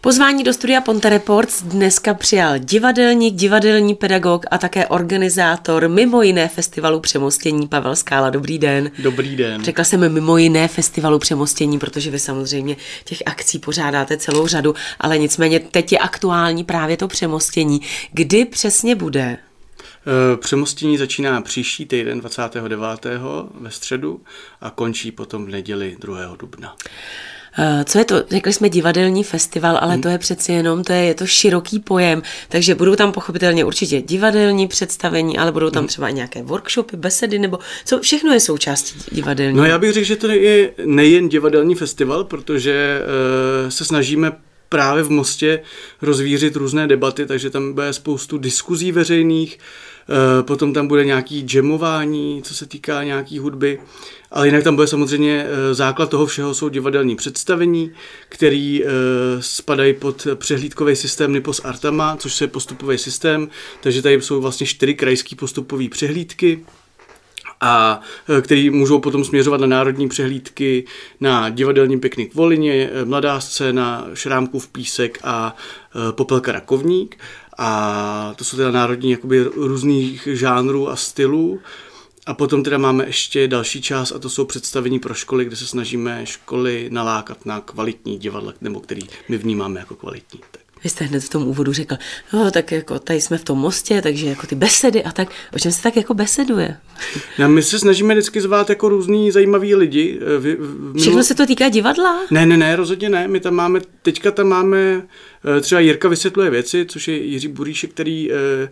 Pozvání do studia Ponte Reports dneska přijal divadelník, divadelní pedagog a také organizátor mimo jiné festivalu Přemostění Pavel Skála. Dobrý den. Dobrý den. Řekla jsem mimo jiné festivalu Přemostění, protože vy samozřejmě těch akcí pořádáte celou řadu, ale nicméně teď je aktuální právě to Přemostění. Kdy přesně bude? Přemostění začíná příští týden 29. ve středu a končí potom v neděli 2. dubna. Co je to? Řekli jsme divadelní festival, ale to je přeci jenom, je to široký pojem, takže budou tam pochopitelně určitě divadelní představení, ale budou tam třeba i nějaké workshopy, besedy, nebo co všechno je součástí divadelní? No já bych řekl, že to je nejen divadelní festival, protože se snažíme právě v Mostě rozvířit různé debaty, takže tam bude spoustu diskuzí veřejných, potom tam bude nějaký jamování, co se týká nějaký hudby, ale jinak tam bude samozřejmě základ toho všeho jsou divadelní představení, které spadají pod přehlídkový systém Nipos Artama, což je postupový systém, takže tady jsou vlastně 4 krajské postupové přehlídky, a který můžou potom směřovat na národní přehlídky, na divadelní piknik v Volině, Mladá scéna, Šrámkův písek a Popelka Rakovník. A to jsou teda národní jakoby různých žánrů a stylů. A potom teda máme ještě další část a to jsou představení pro školy, kde se snažíme školy nalákat na kvalitní divadla, nebo který my vnímáme jako kvalitní. Vy jste hned v tom úvodu řekl, no tak jako tady jsme v tom Mostě, takže jako ty besedy a tak, o čem se tak jako beseduje? No, my se snažíme vždycky zvát jako různý zajímavý lidi. Všechno se to týká divadla? Ne, rozhodně ne. My tam máme, teďka tam máme třeba Jirka vysvětluje věci, což je Jiří Buríšek, který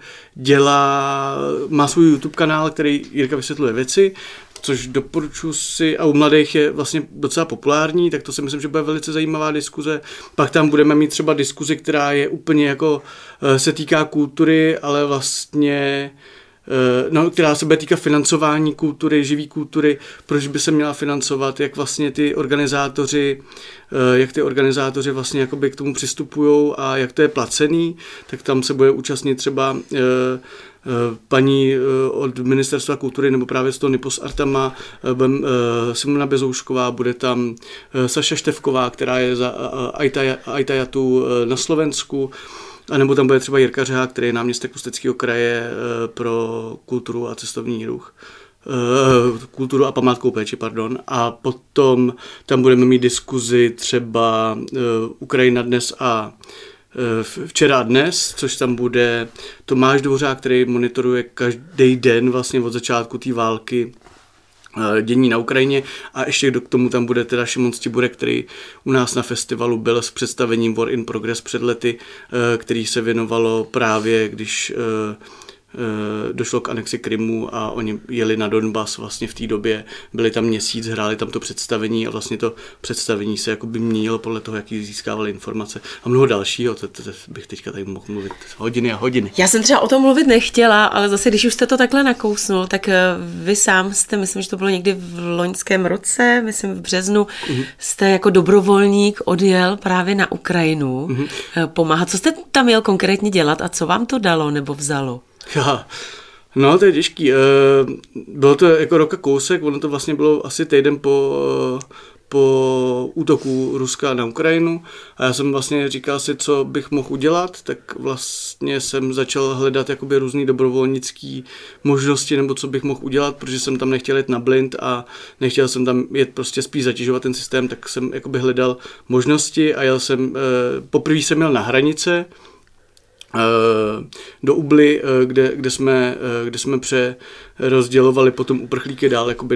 má svůj YouTube kanál, který Jirka vysvětluje věci, což doporučuji si, a u mladých je vlastně docela populární, tak to si myslím, že bude velice zajímavá diskuze. Pak tam budeme mít třeba diskuzi, která je úplně jako se týká kultury, ale vlastně která se bude týkat financování kultury, živý kultury, proč by se měla financovat, jak vlastně ty organizátoři vlastně jakoby k tomu přistupujou a jak to je placený, tak tam se bude účastnit třeba paní od Ministerstva kultury nebo právě z toho Nipos Artama, Simona Bezoušková, bude tam Saša Števková, která je za Aitajatu na Slovensku, a nebo tam bude třeba Jirka Řehák, který je náměstek Ústeckého kraje pro kulturu a cestovní ruch. Kulturu a památkovou péči, pardon. A potom tam budeme mít diskuzi třeba Ukrajina dnes a Včera a dnes, což tam bude Tomáš Dvořák, který monitoruje každý den vlastně od začátku té války dění na Ukrajině, a ještě k tomu tam bude teda Šimon Stiburek, který u nás na festivalu byl s představením War in Progress před lety, který se věnovalo právě, když došlo k anexi Krymu a oni jeli na Donbas vlastně v té době, byli tam měsíc, hráli tam to představení a vlastně to představení se jakoby měnilo podle toho, jaký získávali informace a mnoho dalšího, to bych teďka tady mohl mluvit hodiny a hodiny. Já jsem třeba o tom mluvit nechtěla, ale zase, když už jste to takhle nakousnul, tak vy sám jste, myslím, že to bylo někdy v loňském roce, myslím v březnu, jste jako dobrovolník odjel právě na Ukrajinu pomáhat. Co jste tam jel konkrétně dělat a co vám to dalo nebo vzalo? No, to je těžký. Bylo to jako roka kousek, ono to vlastně bylo asi týden po útoku Ruska na Ukrajinu a já jsem vlastně říkal si, co bych mohl udělat, tak vlastně jsem začal hledat jakoby různý dobrovolnický možnosti, nebo co bych mohl udělat, protože jsem tam nechtěl jet na blind a nechtěl jsem tam jet prostě spíš zatěžovat ten systém, tak jsem jakoby hledal možnosti a jel jsem, poprvé jsem jel na hranice, do Ubly, kde jsme přerozdělovali potom uprchlíky dál jakoby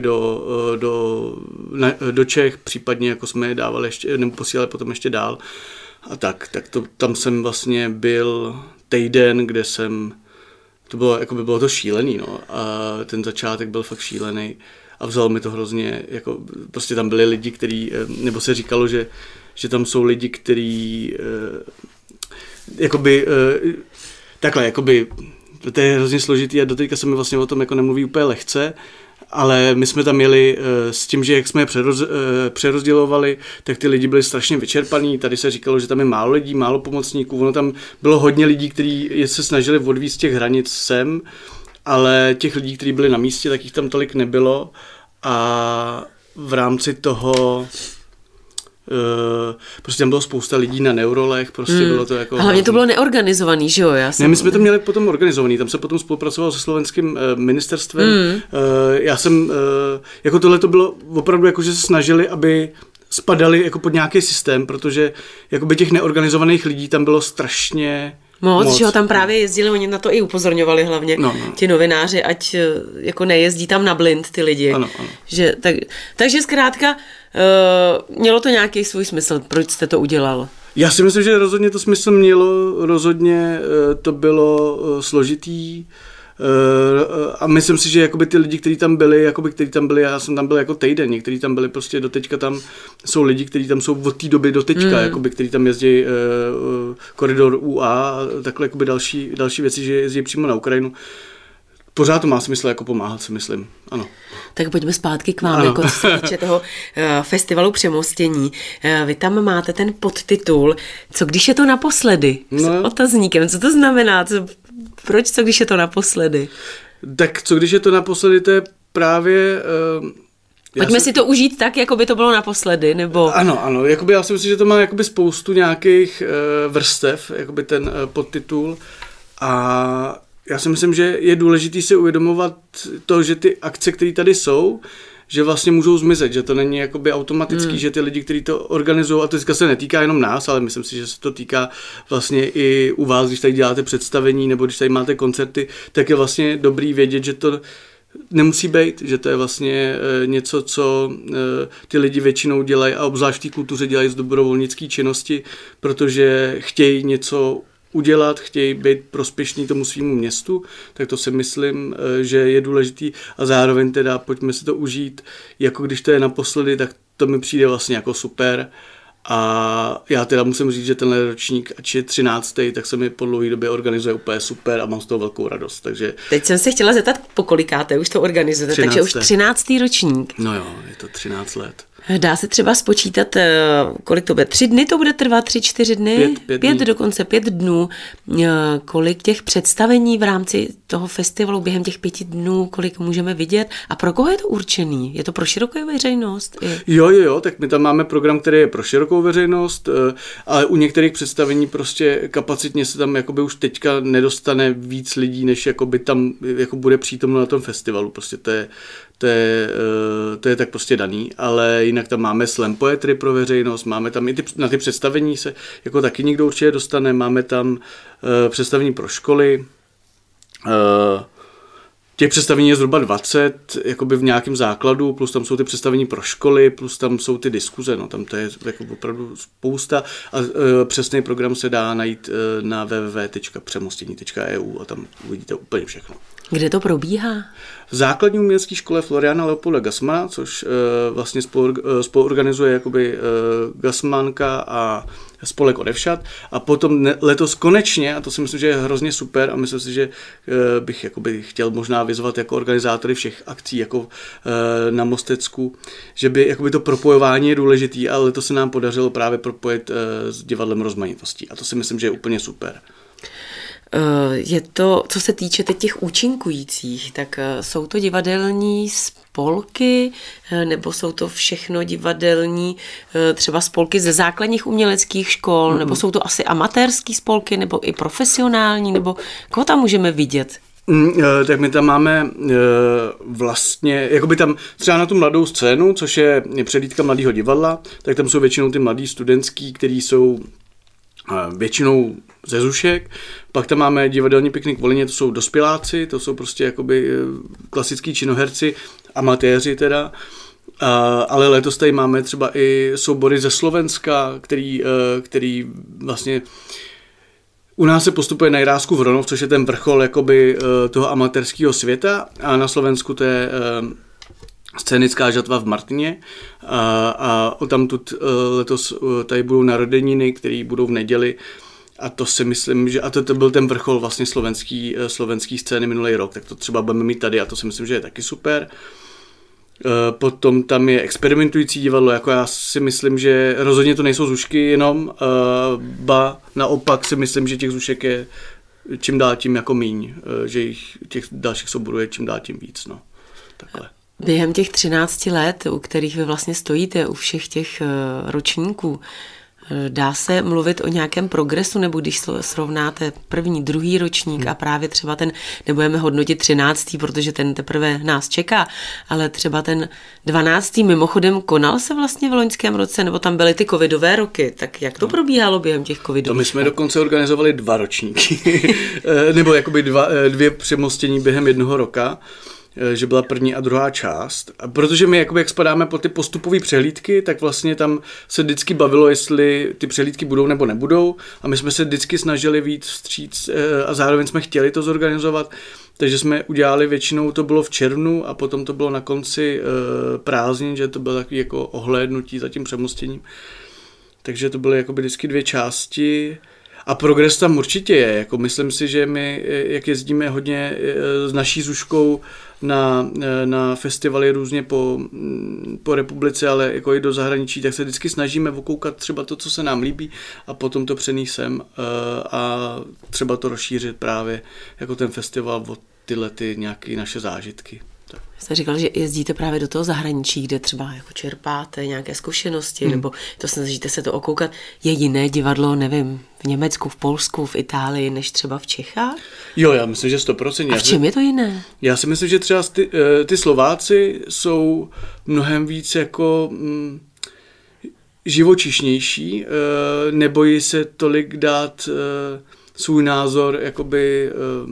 do Čech, případně jako jsme je dávali ještě, nebo posílali potom ještě dál. A tak tam jsem vlastně byl týden, kde jsem, bylo to šílený, no. A ten začátek byl fakt šílený a vzalo mi to hrozně, jako prostě tam byli lidi, kteří, nebo se říkalo, že tam jsou lidi, kteří to je hrozně složitý a doteďka se mi vlastně o tom jako nemluví úplně lehce, ale my jsme tam jeli s tím, že jak jsme je přerozdělovali, tak ty lidi byli strašně vyčerpaný, tady se říkalo, že tam je málo lidí, málo pomocníků, ono tam bylo hodně lidí, kteří se snažili odvízt těch hranic sem, ale těch lidí, kteří byli na místě, tak jich tam tolik nebylo a v rámci toho prostě tam bylo spousta lidí na neurolech, prostě bylo to jako... Hlavně to bylo neorganizovaný, že jo? Ne, my jsme to měli potom organizovaný, tam se potom spolupracoval se slovenským ministerstvem. Já jsem, jako tohle to bylo opravdu jako, že se snažili, aby spadali jako pod nějaký systém, protože jakoby těch neorganizovaných lidí tam bylo strašně moc. Že ho tam právě jezdili, oni na to i upozorňovali hlavně, ti novináři, ať jako nejezdí tam na blind ty lidi. Ano. Že, takže zkrátka mělo to nějaký svůj smysl, proč jste to udělal? Já si myslím, že rozhodně to smysl mělo, rozhodně to bylo složitý, a myslím si, že jakoby ty lidi, kteří tam byli, já jsem tam byl jako týden, někteří tam byli prostě doteďka, tam jsou lidi, kteří tam jsou od té doby doteďka, jakoby, kteří tam jezdí koridor UA a takhle jakoby další věci, že jezdí přímo na Ukrajinu. Pořád to má smysl jako pomáhat, si myslím, ano. Tak pojďme zpátky k vám, jako co se týče toho festivalu Přemostění. Vy tam máte ten podtitul Co když je to naposledy? S otazníkem, co to znamená? Proč co když je to naposledy? Tak co když je to naposledy, to je právě... Pojďme si to užít tak, jako by to bylo naposledy, nebo... Ano, jakoby já si myslím, že to má jakoby spoustu nějakých vrstev, jakoby ten podtitul, a já si myslím, že je důležitý si uvědomovat to, že ty akce, které tady jsou, že vlastně můžou zmizet, že to není jakoby automatický, že ty lidi, kteří to organizují, a to se netýká jenom nás, ale myslím si, že se to týká vlastně i u vás, když tady děláte představení nebo když tady máte koncerty, tak je vlastně dobrý vědět, že to nemusí být, že to je vlastně něco, co ty lidi většinou dělají a obzvlášť v té kultuře dělají z dobrovolnické činnosti, protože chtějí něco udělat, chtějí být prospěšní tomu svýmu městu, tak to si myslím, že je důležitý, a zároveň teda pojďme si to užít, jako když to je naposledy, tak to mi přijde vlastně jako super, a já teda musím říct, že tenhle ročník, ač je 13., tak se mi po dlouhé době organizuje úplně super a mám z toho velkou radost, takže... Teď jsem se chtěla zeptat, po kolikáté už to organizujete, 13. takže už 13. ročník. No jo, je to 13 let. Dá se třeba spočítat, kolik to bude? 3 dny to bude trvat, 3-4 dny? 5 dokonce, 5 dnů. Kolik těch představení v rámci toho festivalu během těch 5 dnů, kolik můžeme vidět? A pro koho je to určený? Je to pro širokou veřejnost? Jo, tak my tam máme program, který je pro širokou veřejnost, ale u některých představení prostě kapacitně se tam jakoby už teďka nedostane víc lidí, než jakoby tam jako bude přítomno na tom festivalu. Prostě to je tak prostě daný, ale jinak tam máme slam poetry pro veřejnost, máme tam i na ty představení se jako taky někdo určitě dostane, máme tam představení pro školy, těch představení je zhruba 20, jakoby v nějakém základu, plus tam jsou ty představení pro školy, plus tam jsou ty diskuze, no tam to je jako opravdu spousta, a přesný program se dá najít na www.přemostění.eu a tam uvidíte úplně všechno. Kde to probíhá? V základní umělecké škole Floriana Leopolda Gassmana, což vlastně spoluorganizuje jakoby Gassmanka a spolek Odevšad. A potom letos konečně, a to si myslím, že je hrozně super, a myslím si, že bych jakoby chtěl možná vyzvat jako organizátory všech akcí jako na Mostecku, že by jakoby to propojování je důležitý, ale letos se nám podařilo právě propojit s divadlem Rozmanitostí. A to si myslím, že je úplně super. Je to, co se týče teď těch účinkujících, tak jsou to divadelní spolky, nebo jsou to všechno divadelní třeba spolky ze základních uměleckých škol, nebo jsou to asi amatérský spolky, nebo i profesionální, nebo koho tam můžeme vidět? Tak my tam máme vlastně, jakoby tam třeba na tu mladou scénu, což je předlídka Mladého divadla, tak tam jsou většinou ty mladí studentský, kteří jsou většinou ze Zušek. Pak tam máme divadelní piknik v Volině, to jsou dospěláci, to jsou prostě jakoby klasický činoherci, amatéři teda. Ale letos tady máme třeba i soubory ze Slovenska, který vlastně u nás se postupuje na Jirásku Vronov, což je ten vrchol jakoby toho amatérského světa, a na Slovensku to je scénická žatva v Martině, a tamtud letos tady budou narozeniny, které budou v neděli, a to si myslím, že to byl ten vrchol vlastně slovenský scény minulý rok, tak to třeba budeme mít tady, a to si myslím, že je taky super. Potom tam je experimentující divadlo, jako já si myslím, že rozhodně to nejsou Zušky jenom, ba naopak si myslím, že těch Zušek je čím dál tím jako míň, že těch dalších souborů je čím dál tím víc, no. Takhle. Během těch 13 let, u kterých vy vlastně stojíte, u všech těch ročníků, dá se mluvit o nějakém progresu, nebo když srovnáte první, druhý ročník a právě třeba ten, nebudeme hodnotit 13., protože ten teprve nás čeká, ale třeba ten 12. mimochodem konal se vlastně v loňském roce, nebo tam byly ty covidové roky, tak jak to probíhalo během těch covidových? To my jsme dokonce organizovali 2 ročníky, nebo jakoby 2 přemostění během jednoho roka, že byla první a druhá část. A protože my, jakoby, jak spadáme po ty postupové přehlídky, tak vlastně tam se vždycky bavilo, jestli ty přehlídky budou nebo nebudou. A my jsme se vždycky snažili vyjít vstříc a zároveň jsme chtěli to zorganizovat. Takže jsme udělali, většinou to bylo v červnu a potom to bylo na konci prázdnin, že to bylo takový jako ohlédnutí za tím přemostěním. Takže to byly jakoby vždycky 2 části. A progres tam určitě je. Jako myslím si, že my, jak jezdíme hodně s naší Zuškou na festivaly různě po republice, ale jako i do zahraničí, tak se vždycky snažíme okoukat třeba to, co se nám líbí a potom to přenést sem a třeba to rozšířit právě jako ten festival o tyhle nějaké naše zážitky. Jste říkal, že jezdíte právě do toho zahraničí, kde třeba jako čerpáte nějaké zkušenosti, nebo to snažíte se to okoukat. Je jiné divadlo, nevím, v Německu, v Polsku, v Itálii, než třeba v Čechách? Jo, já myslím, že 100%. A v čem je to jiné? Já si myslím, že třeba ty Slováci jsou mnohem víc jako živočišnější, nebojí se tolik dát svůj názor, jakoby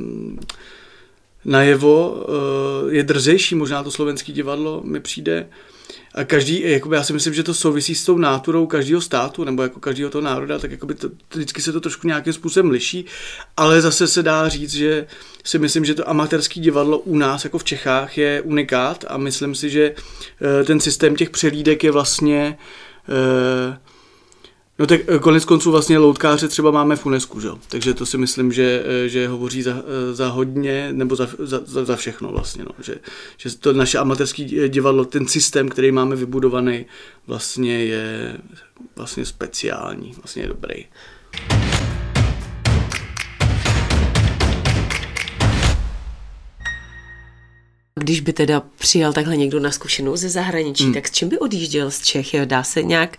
najevo, je drzejší možná to slovenský divadlo, mi přijde. A každý, jakoby já si myslím, že to souvisí s tou náturou každého státu, nebo jako každého toho národa, tak jakoby vždycky se to trošku nějakým způsobem liší, ale zase se dá říct, že si myslím, že to amatérský divadlo u nás, jako v Čechách, je unikát a myslím si, že ten systém těch přehlídek je vlastně no tak konec konců vlastně loutkáře třeba máme v UNESCO, že? Takže to si myslím, že hovoří za hodně, nebo za všechno vlastně, no. Že to naše amatérské divadlo, ten systém, který máme vybudovaný, vlastně je vlastně speciální, vlastně je dobrý. Když by teda přijal takhle někdo na zkušenou ze zahraničí, tak s čím by odjížděl z Čech? Dá se nějak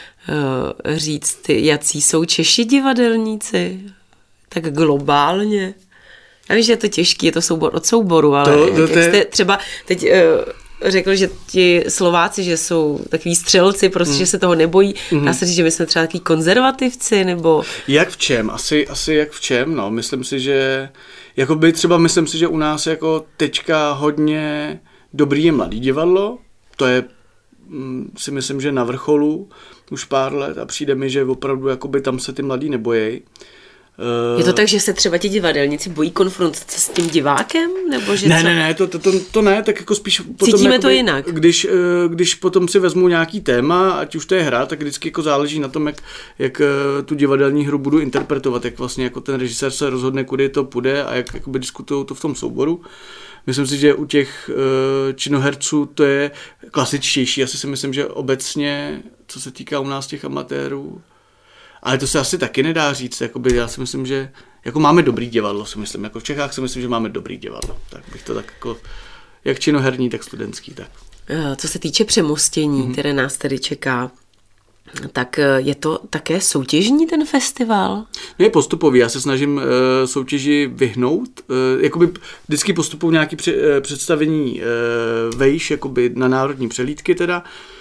říct, jací jsou Češi divadelníci? Tak globálně. Já vím, že je to těžký, je to soubor od souboru, ale jak jste třeba teď řekl, že ti Slováci, že jsou takový střelci, prostě, že se toho nebojí. Dá se říct, že my jsme třeba takový konzervativci, nebo... Jak v čem? Asi jak v čem, no. Myslím si, že jakoby třeba myslím si, že u nás jako teďka hodně dobrý je mladý divadlo. To je si myslím, že na vrcholu už pár let a přijde mi, že opravdu jakoby tam se ty mladí nebojí. Je to tak, že se třeba ti divadelníci bojí konfrontace s tím divákem? Nebo že ne, to ne, tak jako spíš potom cítíme jakoby, to jinak. Když potom si vezmu nějaký téma, ať už to je hra, tak vždycky jako záleží na tom, jak tu divadelní hru budu interpretovat, jak vlastně jako ten režisér se rozhodne, kudy to půjde a jak jakoby diskutují to v tom souboru. Myslím si, že u těch činoherců to je klasičtější. Asi si myslím, že obecně, co se týká u nás těch amatérů, ale to se asi taky nedá říct. Jakoby já si myslím, že jako máme dobrý divadlo, si myslím. Jako v Čechách si myslím, že máme dobrý divadlo. Tak bych to tak jako, jak činoherní, tak studentský. Tak. Co se týče přemostění, které nás tady čeká, tak je to také soutěžní ten festival? No je postupový, já se snažím soutěži vyhnout. Jakoby vždycky postupují nějaké představení vejš, jakoby na národní přehlídky teda.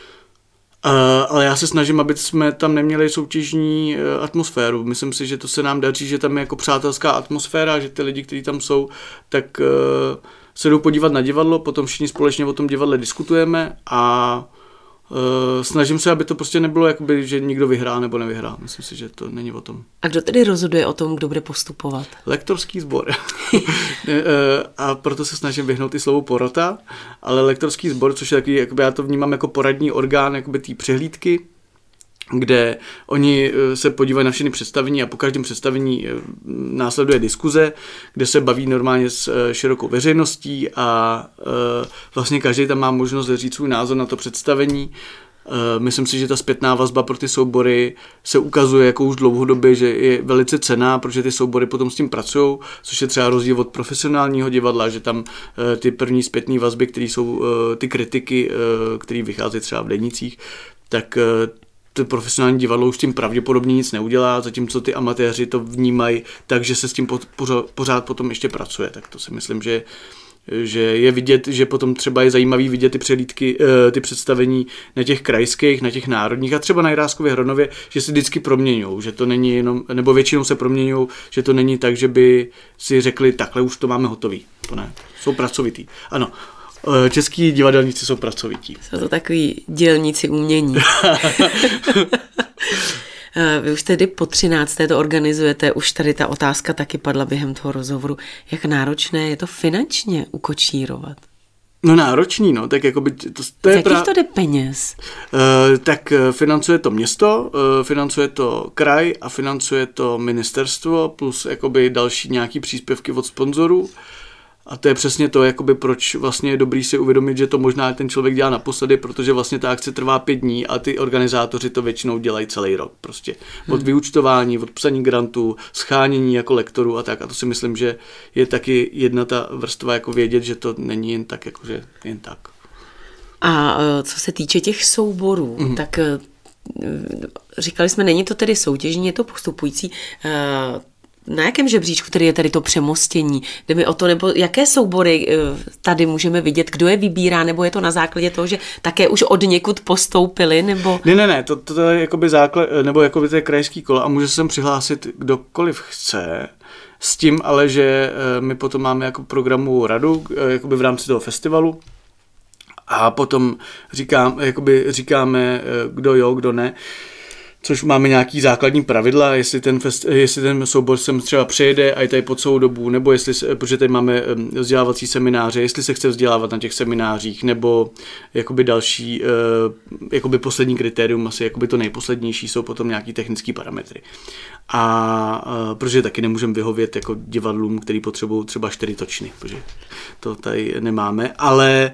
Ale já se snažím, aby jsme tam neměli soutěžní atmosféru. Myslím si, že to se nám daří, že tam je jako přátelská atmosféra, že ty lidi, kteří tam jsou, tak se jdou podívat na divadlo, potom všichni společně o tom divadle diskutujeme a snažím se, aby to prostě nebylo, jakoby, že někdo vyhrá nebo nevyhrá. Myslím si, že to není o tom. A kdo tedy rozhoduje o tom, kdo bude postupovat? Lektorský sbor. A proto se snažím vyhnout i slovo porota, ale lektorský sbor, což je takový, jakoby já to vnímám jako poradní orgán jakoby té přehlídky, kde oni se podívají na všechny představení a po každém představení následuje diskuze, kde se baví normálně s širokou veřejností a vlastně každý tam má možnost říct svůj názor na to představení Myslím si, že ta zpětná vazba pro ty soubory se ukazuje jako už dlouhodobě, že je velice cenná, protože ty soubory potom s tím pracují, což je třeba rozdíl od profesionálního divadla, že tam ty první zpětné vazby, které jsou ty kritiky, které vycházejí třeba v denících, tak to profesionální divadlo už s tím pravděpodobně nic neudělá, zatímco ty amatéři to vnímají tak, že se s tím pořád potom ještě pracuje. Tak to si myslím, že je vidět, že potom třeba je zajímavý vidět ty přehlídky, ty představení na těch krajských, na těch národních a třeba na Jiráskově Hronově, že se vždycky proměňují, že to není jenom, nebo většinou se proměňují, že to není tak, že by si řekli, takhle už to máme hotový. To ne, jsou pracovitý. Ano, český divadelníci jsou pracovití. Jsou to takový dělníci umění. Vy už tedy po 13. to organizujete, už tady ta otázka taky padla během toho rozhovoru. Jak náročné je to finančně ukočírovat? No náročný, no, tak jakoby to je jakých to jde peněz? Tak financuje to město, financuje to kraj a financuje to ministerstvo plus jakoby další nějaký příspěvky od sponzorů. A to je přesně to, jakoby proč vlastně je dobrý si uvědomit, že to možná ten člověk dělá naposledy, protože vlastně ta akce trvá 5 dní a ty organizátoři to většinou dělají celý rok. Prostě od vyúčtování, od psaní grantů, schánění jako lektorů a tak. A to si myslím, že je taky jedna ta vrstva jako vědět, že to není jen tak, jakože jen tak. A co se týče těch souborů, tak říkali jsme, není to tedy soutěžní, je to postupující. Na jakém žebříčku tedy je tady to přemostění? Jde mi o to, nebo jaké soubory tady můžeme vidět, kdo je vybírá, nebo je to na základě toho, že také už od někud postoupili, nebo... Ne, to je jakoby základ, nebo jakoby to je krajský kolo a může se sem přihlásit kdokoliv chce, s tím ale, že my potom máme jako programu radu, jakoby v rámci toho festivalu a potom říkáme, kdo jo, kdo ne. Což máme nějaký základní pravidla, jestli ten soubor sem třeba přejede a je tady po celou dobu, nebo protože tady máme vzdělávací semináře, jestli se chce vzdělávat na těch seminářích, nebo jakoby další, jakoby poslední kritérium, asi jakoby to nejposlednější jsou potom nějaký technický parametry. A protože taky nemůžeme vyhovět jako divadlům, který potřebují třeba 4 točny, protože to tady nemáme, ale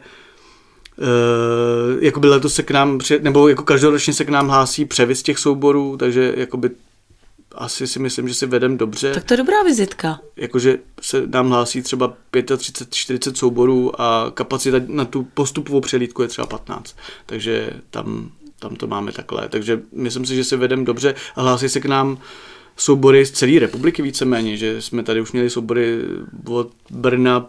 jakoby letos se k nám, nebo jako každoročně se k nám hlásí převis těch souborů, takže jakoby asi si myslím, že si vedem dobře. Tak to je dobrá vizitka. Jakože se nám hlásí třeba 35-40 souborů a kapacita na tu postupovou přehlídku je třeba 15. Takže tam to máme takhle. Takže myslím si, že si vedem dobře a hlásí se k nám soubory z celé republiky víceméně, že jsme tady už měli soubory od Brna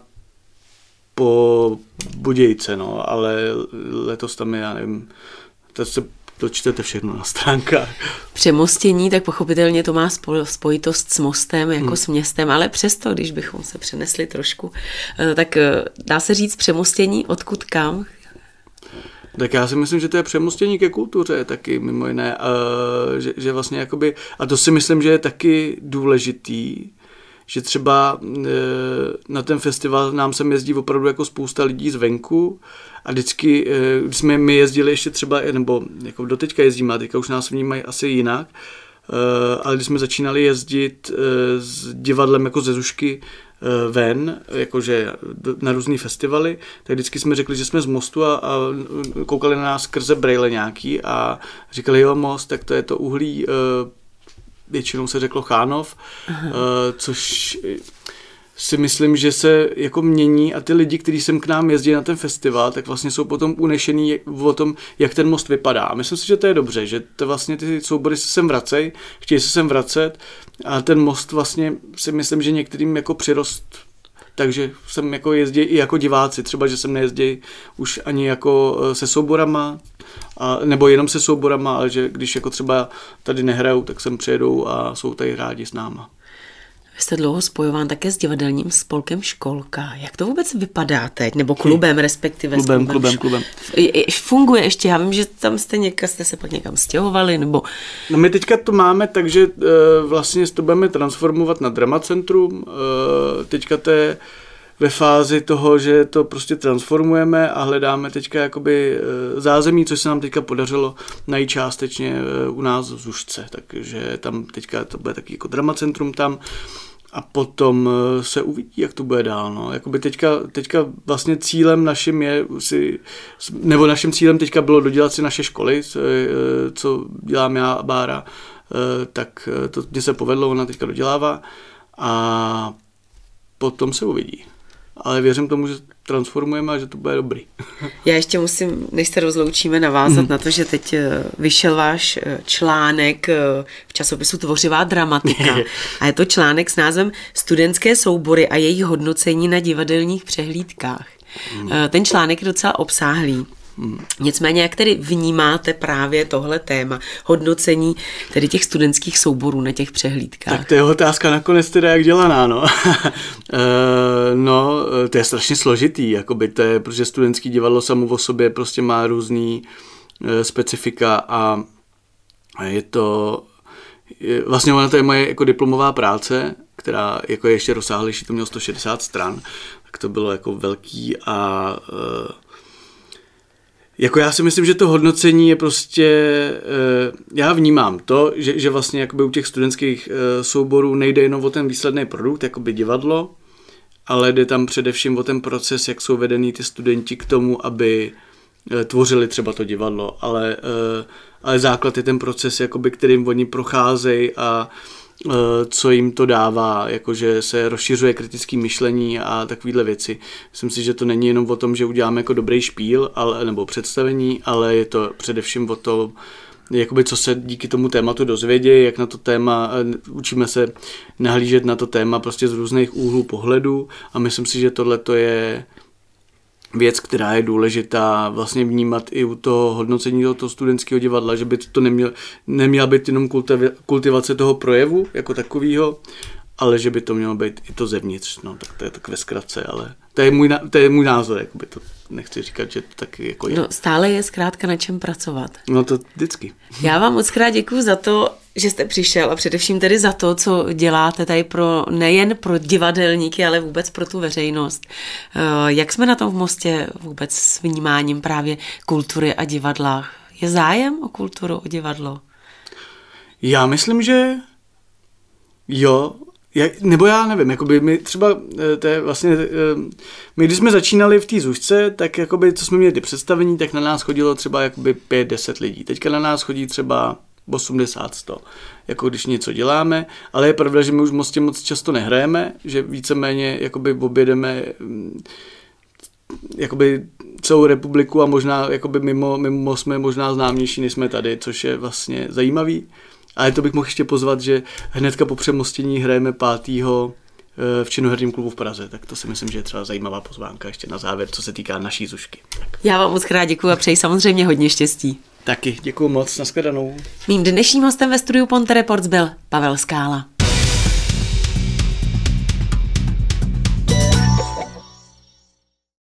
po Budějce, no, ale letos tam je, já nevím, to čtete všechno na stránkách. Přemostění, tak pochopitelně to má spojitost s mostem, jako s městem, ale přesto, když bychom se přenesli trošku, tak dá se říct přemostění odkud kam? Tak já si myslím, že to je přemostění ke kultuře taky, mimo jiné, že vlastně jakoby, a to si myslím, že je taky důležitý, že třeba na ten festival nám sem jezdí opravdu jako spousta lidí zvenku a vždycky, když jsme my jezdili ještě třeba, nebo jako doteďka jezdíme, a teďka už nás vnímají asi jinak, ale když jsme začínali jezdit s divadlem jako ze Zušky ven, jakože na různý festivaly, tak vždycky jsme řekli, že jsme z Mostu a koukali na nás skrze brejle nějaký a říkali, jo, Most, tak to je to uhlí, většinou se řeklo Chánov, což si myslím, že se jako mění a ty lidi, kteří sem k nám jezdí na ten festival, tak vlastně jsou potom unešený o tom, jak ten most vypadá. A myslím si, že to je dobře, že to vlastně ty soubory se sem vracejí, chtějí se sem vracet a ten most vlastně si myslím, že některým jako přirost, takže sem jako jezdí i jako diváci, třeba, že sem nejezdí už ani jako se souborama, nebo jenom se souborama, ale že když jako třeba tady nehrajou, tak sem přijedou a jsou tady rádi s náma. Vy jste dlouho spojován také s divadelním spolkem Školka. Jak to vůbec vypadá teď? Nebo klubem, respektive klubem. Funguje ještě? Já vím, že tam jste se pak někam stěhovali, nebo... No my teďka to máme, takže vlastně to budeme transformovat na Dramacentrum. Teďka to je ve fázi toho, že to prostě transformujeme a hledáme teďka jakoby zázemí, což se nám teďka podařilo najít částečně u nás v Zušce, takže tam teďka to bude taky jako Dramacentrum tam A potom se uvidí, jak to bude dál. No. Jakoby teďka vlastně cílem naším je nebo naším cílem teďka bylo dodělat si naše školy, co dělám já a Bára, tak to mě se povedlo, ona teďka dodělává a potom se uvidí. Ale věřím tomu, že transformujeme a že to bude dobrý. Já ještě musím, než se rozloučíme, navázat na to, že teď vyšel váš článek v časopisu Tvořivá dramatika. A je to článek s názvem Studentské soubory a jejich hodnocení na divadelních přehlídkách. Ten článek je docela obsáhlý. Nicméně, jak tedy vnímáte právě tohle téma, hodnocení tedy těch studentských souborů na těch přehlídkách? Tak to je otázka nakonec teda jak dělaná, no. No, to je strašně složitý, jakoby to je, protože studentský divadlo samo o sobě prostě má různý specifika a je to, vlastně ona to je moje jako diplomová práce, která jako je ještě rozsáhlejší, to mělo 160 stran, tak to bylo jako velký a jako já si myslím, že to hodnocení je prostě, já vnímám to, že vlastně jakoby u těch studentských souborů nejde jenom o ten výsledný produkt, jakoby divadlo, ale jde tam především o ten proces, jak jsou vedený ty studenti k tomu, aby tvořili třeba to divadlo, ale základ je ten proces, jakoby, kterým oni procházejí a co jim to dává, jakože se rozšiřuje kritické myšlení a takovéhle věci. Myslím si, že to není jenom o tom, že uděláme jako dobrý špíl nebo představení, ale je to především o tom, jakoby co se díky tomu tématu dozvědí, jak na to téma, učíme se nahlížet na to téma prostě z různých úhlů pohledu a myslím si, že tohle to je věc, která je důležitá vlastně vnímat i u toho hodnocení toho studentského divadla, že by to neměla být jenom kultivace toho projevu jako takového, ale že by to mělo být i to zevnitř. No, tak to je tak ve zkratce, ale to je můj názor, jakoby to nechci říkat, že to tak jako je. No, stále je zkrátka na čem pracovat. No to vždycky. Já vám moc krát děkuju za to, že jste přišel a především tedy za to, co děláte tady nejen pro divadelníky, ale vůbec pro tu veřejnost. Jak jsme na tom v Mostě vůbec s vnímáním právě kultury a divadla? Je zájem o kulturu, o divadlo? Já myslím, že jo, nebo já nevím, jakoby my třeba, to je vlastně, my když jsme začínali v té Zušce, tak jakoby, co jsme měli ty představení, tak na nás chodilo třeba jakoby 5-10 lidí. Teďka na nás chodí třeba 80-100, jako když něco děláme, ale je pravda, že my už v Mostě moc často nehrajeme, že víceméně jakoby objedeme jakoby celou republiku a možná jakoby mimo jsme možná známější, než jsme tady, což je vlastně zajímavý. Ale to bych mohl ještě pozvat, že hnedka po přemostění hrajeme 5. v Činoherním klubu v Praze, tak to si myslím, že je třeba zajímavá pozvánka ještě na závěr, co se týká naší Zušky. Tak. Já vám moc krát děkuji a přeji samozřejmě hodně štěstí. Taky, děkuji moc, nashledanou. Mým dnešním hostem ve studiu Ponte Reports byl Pavel Skála.